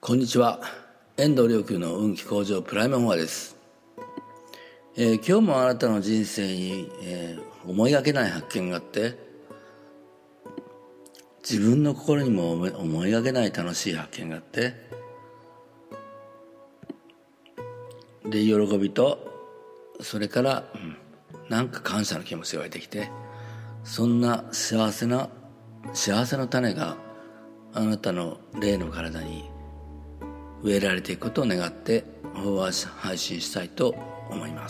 こんにちは。遠藤良久の運気向上プライムフォアです。今日もあなたの人生に、思いがけない発見があって、自分の心にも思いがけない楽しい発見があって、で喜びとそれからなんか感謝の気持ちが湧いてきて、そんな幸せの種があなたの霊の体に植えられていくことを願って配信したいと思います。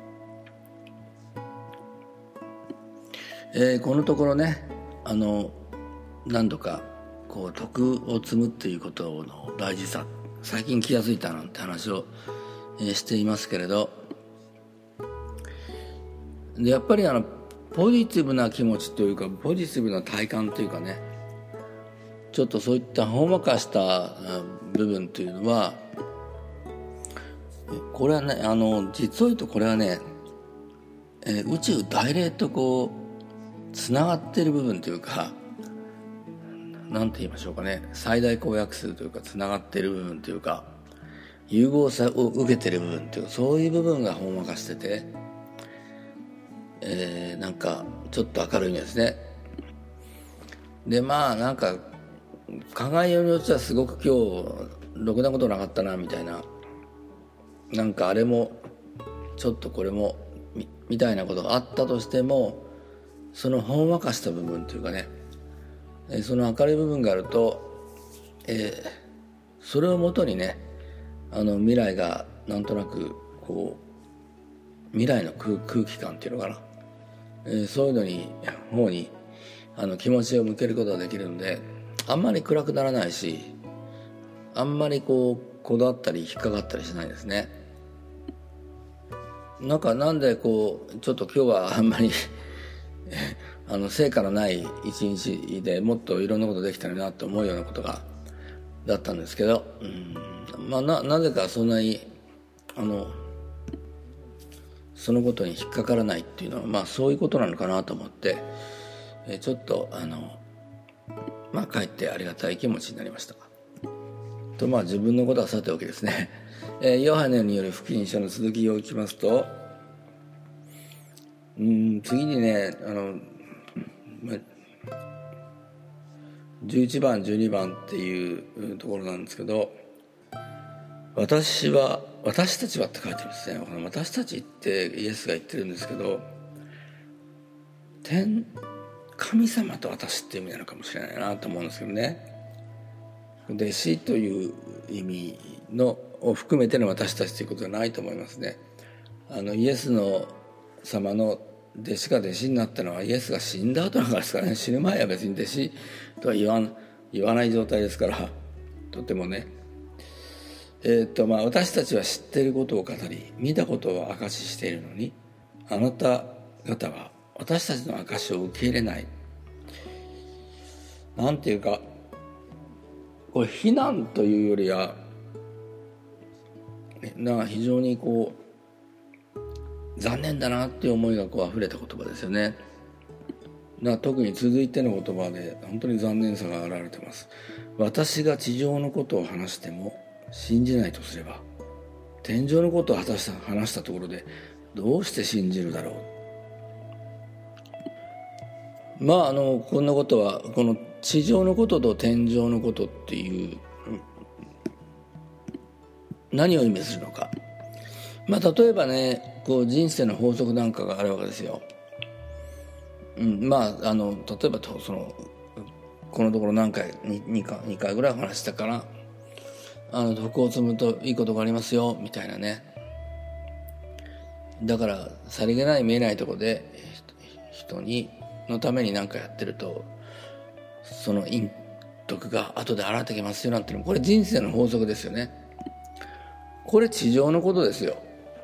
このところね、何度か徳を積むっていうことの大事さ、最近気がついたなんて話を、していますけれど、でやっぱりポジティブな気持ちというか、ポジティブな体感というかね、ちょっとそういったほんわかした部分というのは、これはね、実を言うとこれはね、宇宙大霊とつながっている部分というか、なんて言いましょうかね、最大公約数というか、つながっている部分というか、融合さを受けている部分というか、そういう部分がほんわかしてて、なんかちょっと明るいんですね。でなんか考えようによってはすごく今日ろくなことなかったなみたいな、なんかあれもちょっとこれも みたいなことがあったとしても、そのほんわかした部分というかね、その明るい部分があると、それをもとにね、未来がなんとなく未来の空気感っていうのかな、そういうのに方に気持ちを向けることができるので、あんまり暗くならないし、あんまりこだわったり引っかかったりしないですね。なんでちょっと今日はあんまり成果のない一日で、もっといろんなことできたらなと思うようなことがだったんですけど、なぜかそんなにそのことに引っかからないっていうのは、そういうことなのかなと思って、ちょっとかえってありがたい気持ちになりましたと。自分のことはさておきですね、ヨハネによる福音書の続きをいきますと、次にね、11番12番っていうところなんですけど、私たちはって書いてるんですね。私たちってイエスが言ってるんですけど、神様と私っていう意味なのかもしれないなと思うんですけどね。弟子という意味を含めての私たちということはないと思いますね。イエスの様の弟子が弟子になったのはイエスが死んだ後なんからですからね。死ぬ前は別に弟子とは言わない状態ですから、とてもね、私たちは知っていることを語り、見たことを証ししているのに、あなた方は私たちの証しを受け入れない。なんていうか、これ非難というよりは非常に残念だなっていう思いが溢れた言葉ですよね。特に続いての言葉で本当に残念さが現れてます。私が地上のことを話しても信じないとすれば、天上のことを話したところでどうして信じるだろう。こんなことは、この地上のことと天上のことっていう何を意味するのか。例えばね、人生の法則なんかがあるわけですよ。例えばこのところ何回2回ぐらい話したから、徳を積むといいことがありますよみたいなね。だからさりげない見えないところで人のために何かやってると、その陰徳が後で現れてきますよなんていうのも、これ人生の法則ですよね。これ地上のことですよ。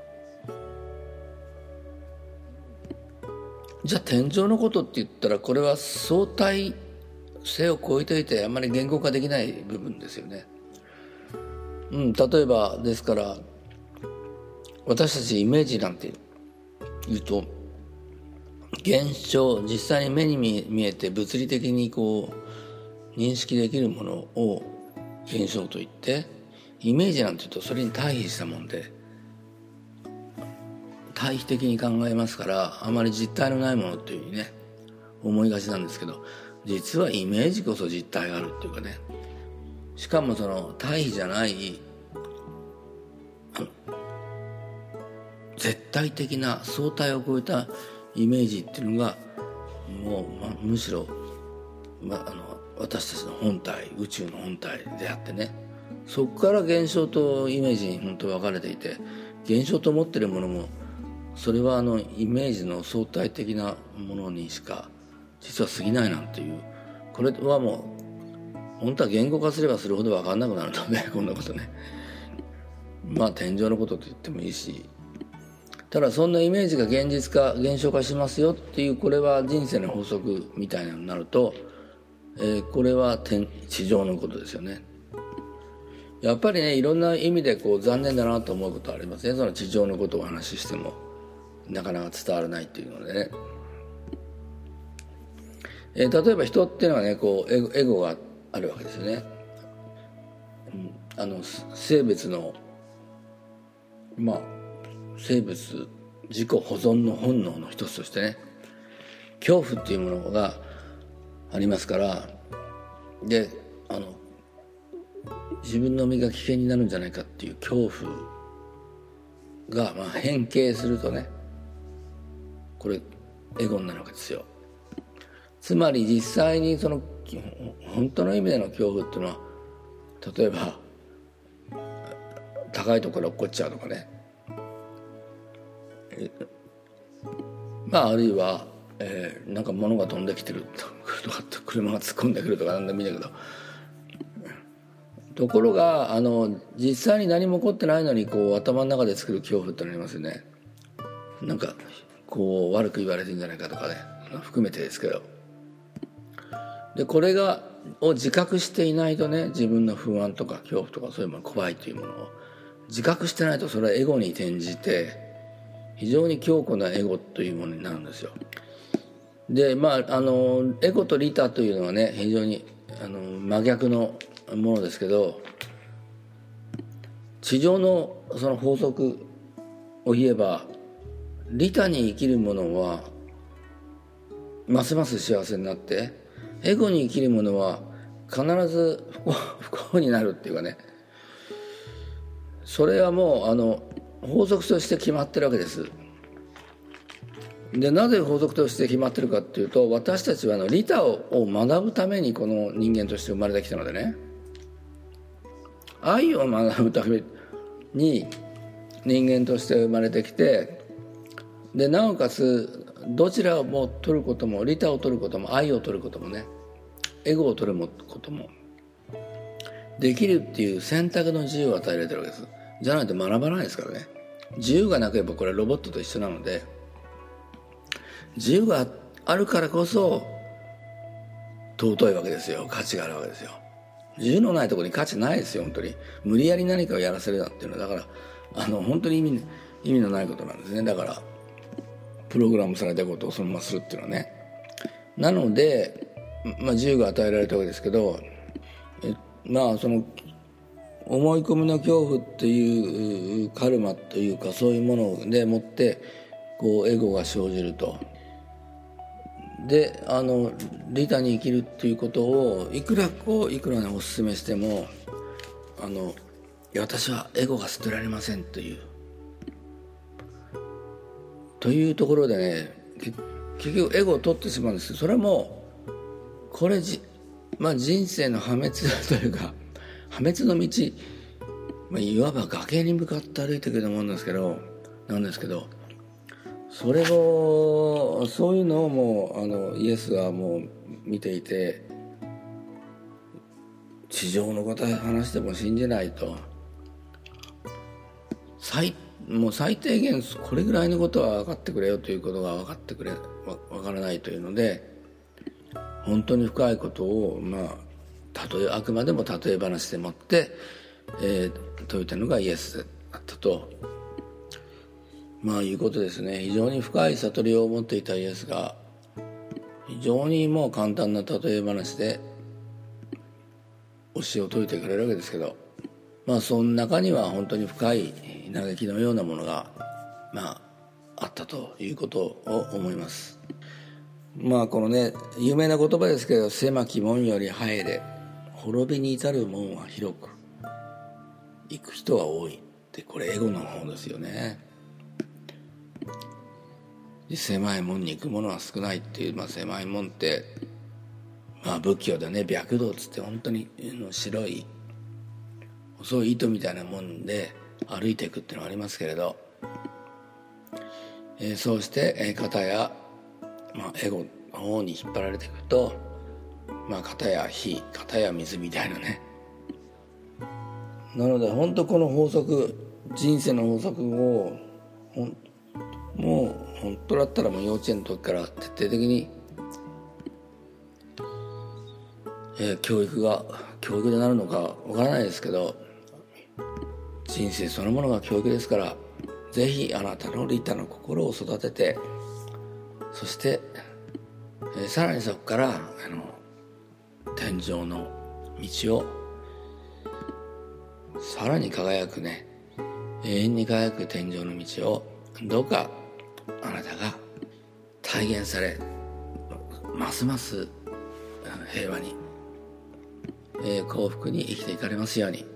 じゃあ天上のことって言ったら、これは相対性を超えていてあまり言語化できない部分ですよね。例えばですから、私たちイメージなんて言うと、現象、実際に目に見えて物理的に認識できるものを現象といって、イメージなんていうとそれに対比したもんで対比的に考えますから、あまり実体のないものっていうふうにね思いがちなんですけど、実はイメージこそ実体があるっていうかね、しかもその対比じゃない絶対的な相対を超えたイメージっていうのがもう、むしろ、私たちの本体、宇宙の本体であってね、そこから現象とイメージに本当分かれていて、現象と思っているものもそれはイメージの相対的なものにしか実は過ぎないなんていう、これはもう本当は言語化すればするほど分かんなくなるとね、こんなことね、天井のことと言ってもいいし、ただそんなイメージが現実化現象化しますよっていう、これは人生の法則みたいなのになると、これは地上のことですよね。やっぱりね、いろんな意味で残念だなと思うことはありますね。その地上のことをお話ししてもなかなか伝わらないっていうのでね、例えば人っていうのはね、エゴがあるわけですよね。生物の生物自己保存の本能の一つとしてね、恐怖っていうものがありますから、で自分の身が危険になるんじゃないかっていう恐怖が変形するとね、これエゴになるわけですよ。つまり実際にその本当の意味での恐怖っていうのは、例えば高いところ落っこっちゃうとかね、あるいは、なんか物が飛んできてるとか、車が突っ込んでくるとかなんでもいいんだけど、ところが実際に何も起こってないのに頭の中で作る恐怖ってのありますよね。なんか悪く言われてるんじゃないかとかね、含めてですけど、でこれを自覚していないとね、自分の不安とか恐怖とかそういうもの、怖いというものを自覚してないと、それはエゴに転じて非常に強固なエゴというものになるんですよ。でエゴと利他というのはね、非常に真逆のものですけど、地上のその法則を言えば、利他に生きる者はますます幸せになって、エゴに生きる者は必ず不幸になるっていうかね、それはもう法則として決まってるわけです。でなぜ法則として決まってるかっていうと、私たちは利他を学ぶためにこの人間として生まれてきたのでね、愛を学ぶために人間として生まれてきて、でなおかつどちらをも取ることも、利他を取ることも愛を取ることもね、エゴを取ることもできるっていう選択の自由を与えられてるわけです。じゃないと学ばないですからね。自由がなければこれはロボットと一緒なので、自由があるからこそ尊いわけですよ。価値があるわけですよ。自由のないところに価値ないですよ。本当に無理やり何かをやらせるなっていうのは、だから本当に意味のないことなんですね。だからプログラムされたことをそのままするっていうのはね。なので自由が与えられたわけですけど、その思い込みの恐怖っていうカルマというか、そういうものでもってエゴが生じると。で利他に生きるっていうことをいくらねお勧めしても、いや私はエゴが捨てられませんというところでね、結局エゴを取ってしまうんですけど、それもこれ人生の破滅というか破滅の道、いわば崖に向かって歩いていくようなもんなんですけど、それをそういうのをもうイエスはもう見ていて、地上のこと話しても信じないと、もう最低限これぐらいのことは分かってくれよということが分からないというので、本当に深いことをあくまでも例え話でもって説いたのがイエスだったということですね。非常に深い悟りを持っていたイエスが、非常にもう簡単な例え話で教えを説いてくれるわけですけど、その中には本当に深い嘆きのようなものがあったということを思います。このね、有名な言葉ですけど、狭き門より入れ、滅びに至る門は広く、行く人は多いって、これエゴの方ですよね。狭い門に行く者は少ないっていう、狭い門って仏教でね、白道つって本当に白い細い糸みたいなもんで歩いていくっていうのがありますけれど、そうして片や、エゴの方に引っ張られていくと、片や火片や水みたいなね。なので本当この法則、人生の法則をもう本当だったら幼稚園の時から徹底的に、教育でなるのかわからないですけど、人生そのものが教育ですから、ぜひあなたの利他の心を育てて、そして、さらにそこから天上の道を、さらに輝くね、永遠に輝く天上の道をどうかあなたが体現され、ますます平和に、幸福に生きていかれますように。